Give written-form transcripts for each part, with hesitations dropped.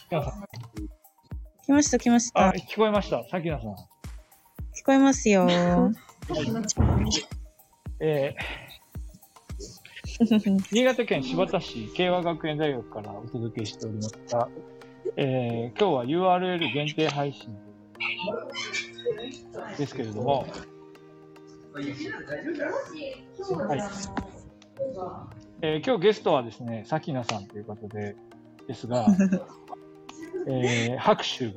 皆さん。 来ました、来ました。 聞こえました。さきなさん。 聞こえますよ。 新潟県新発田市慶和学園大学からお届けしておりますが、今日は URL 限定配信ですけれども、はい。今日ゲストはですね、さきなさんということですが、拍手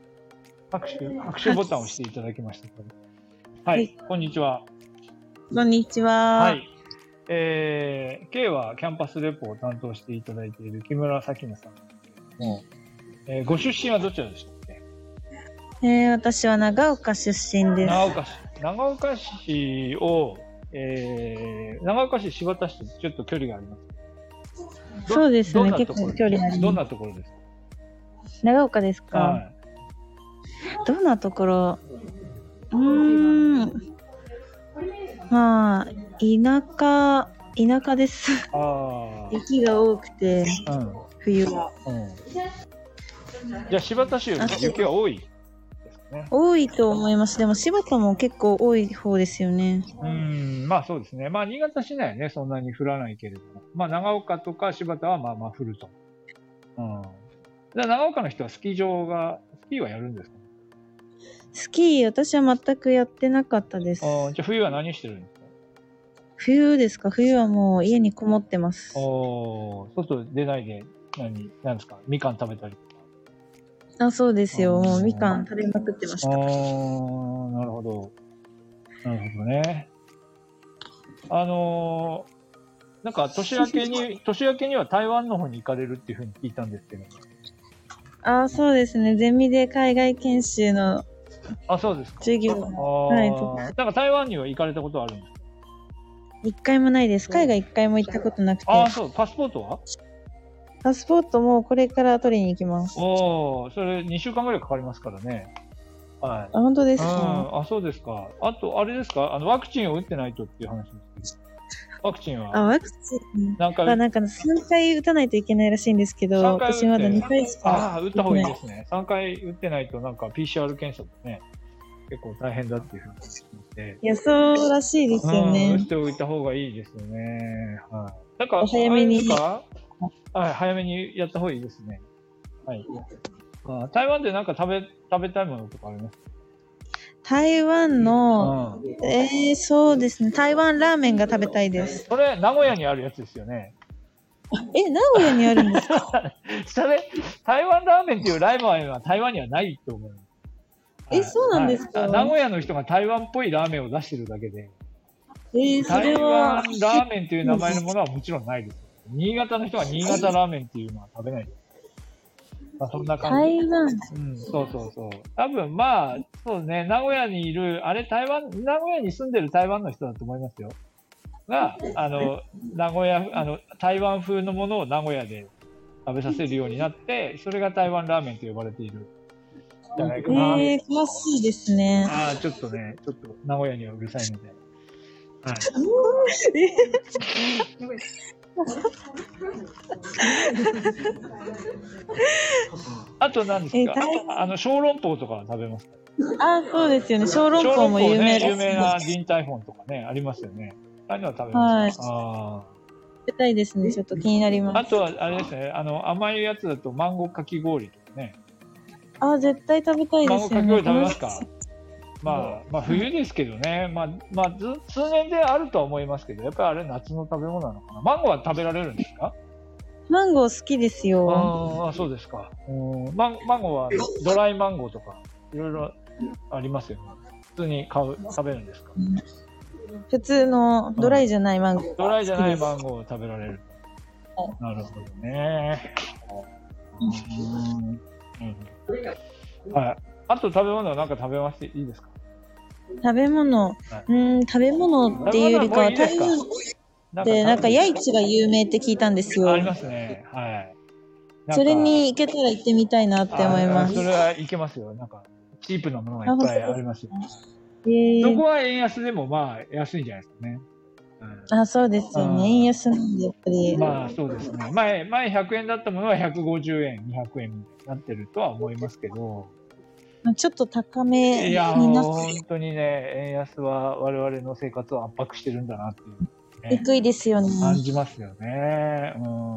ボタンを押していただきました。はい、こんにちは。 こんにちは。 はい。K はキャンパスレポを担当していただいている木村さきなさんの、ご出身はどちらでしたっけ？私は長岡出身です。 長岡市を、長岡市新発田市とちょっと距離があります。 そうですね、結構距離あります。 どんなところですか？ 長岡ですか？はい。どんなところ？まあ、田舎です。雪が多くて、冬は。 じゃあ、新発田市より雪が多いですかね。 多いと思います。でも、新発田も結構多い方ですよね。 まあそうですね。まあ、新潟市内はね、そんなに降らないけれども、まあ、長岡とか新発田はまあまあ降ると。じゃあ、長岡の人はスキーはやるんですか？ スキー、私は全くやってなかったです。 じゃあ冬は何してるんですか？ 冬ですか？冬はもう家にこもってます。 外出ないで何ですか？みかん食べたりとか。そうですよ。もうみかん食べまくってました。 なるほど。なるほどね。なんか年明けには台湾の方に行かれるっていうふうに聞いたんですけど。 そうですね。ゼミで海外研修のそうですか。 授業。 はい。なんか台湾には行かれたことあるんですか？ 一回もないです。海外一回も行ったことなくて。 そう。パスポートは？ パスポートもこれから取りに行きます。 それ2週間ぐらいかかりますからね。はい。 本当ですか？ そうですか。あと、あれですか？ワクチンを打ってないとっていう話ですけど。ワクチンは？ ワクチンなんか3回打たないといけないらしいんですけど、私まだ2回しか打った方がいいですね。3回打ってないとなんか PCR 検査でね、結構大変だっていうふうに聞いて。 いや、そうらしいですよね。 打っておいた方がいいですよね。はい。だから、 早めに。 早めにやった方がいいですね。はい。台湾でなんか食べたいものとかあります？ 台湾の、そうですね。台湾ラーメンが食べたいです。 それ、名古屋にあるやつですよね。 名古屋にあるんですか？ それ、台湾ラーメンっていうラーメンは台湾にはないと思う。 そうなんですか？ 名古屋の人が台湾っぽいラーメンを出してるだけで。 台湾ラーメンという名前のものはもちろんないです。新潟の人は新潟ラーメンっていうのは食べないです。そんな感じ。 台湾。 そう。多分そうね、名古屋にいる、名古屋に住んでる台湾の人だと思いますよ。が、台湾風のものを名古屋で食べさせるようになって、それが台湾ラーメンと呼ばれている。じゃないかな。 詳しいですね。 ちょっと名古屋にはうるさいので。はい。あと何ですか？小籠包とか食べますか？ そうですよね。小籠包も有名です。 有名なディンタイフォンとかね、ありますよね。ああいうのは食べますか？ 食べたいですね。ちょっと気になります。 あとは、あれですね、甘いやつだとマンゴーかき氷とかね。 絶対食べたいですよね。 マンゴーかき氷食べますか？まあ冬ですけどね、通年であるとは思いますけど、やっぱりあれ夏の食べ物なのかな。マンゴーは食べられるんですか？ マンゴー好きですよ。 そうですか。マンゴーはドライマンゴーとかいろいろありますよね。普通に食べるんですか？ 普通のドライじゃないマンゴー。 ドライじゃないマンゴーを食べられる。なるほどね。はい。あと食べ物は何か食べますいいですか？ 食べ物、食べ物っていうよりかは台湾でなんかヤイチが有名って聞いたんですよ。 ありますね。はい。 それに行けたら行ってみたいなって思います。 それは行けますよ。なんかチープなものがいっぱいありますよ。そこは円安でも安いんじゃないですかね。 あ、そうですよね。円安なんで、やっぱり。 まあそうですね。前100円だったものは150円、200円になってるとは思いますけど。 ちょっと高めいや、 になって。 本当にね、円安は我々の生活を圧迫してるんだなっていう、 ね。低いですよね。 感じますよね。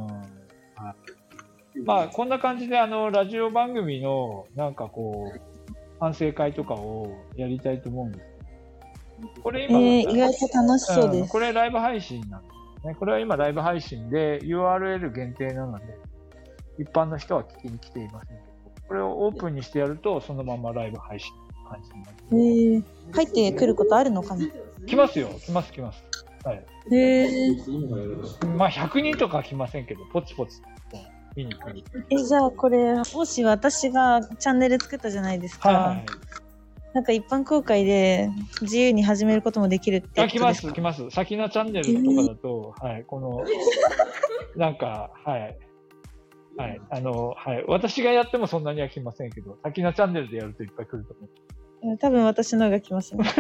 まあ、こんな感じで、ラジオ番組の、なんかこう、反省会とかをやりたいと思うんです。これ今、 意外と楽しそうです。 これライブ配信なんですね。これは今ライブ配信で URL 限定なので、一般の人は聞きに来ていませんけど、これをオープンにしてやると、そのままライブ配信の感じになる。 入ってくることあるのかな？ 来ますよ。来ます。はい。まあ、100人とかは来ませんけど、ポツポツ見に来る。 じゃあこれ、もし私がチャンネル作ったじゃないですか。はい。なんか一般公開で自由に始めることもできるってことですか？ 来ます。先なチャンネルとかだと、はい、この、なんか、はい。はい。はい。私がやってもそんなには来ませんけど、先なチャンネルでやるといっぱい来ると思う。 多分私の方が来ますね。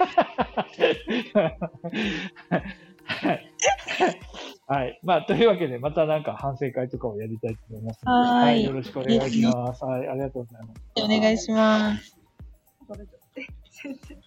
はい。まあ、というわけで、またなんか反省会とかをやりたいと思いますので、はい。よろしくお願いします。はい。ありがとうございます。 お願いします。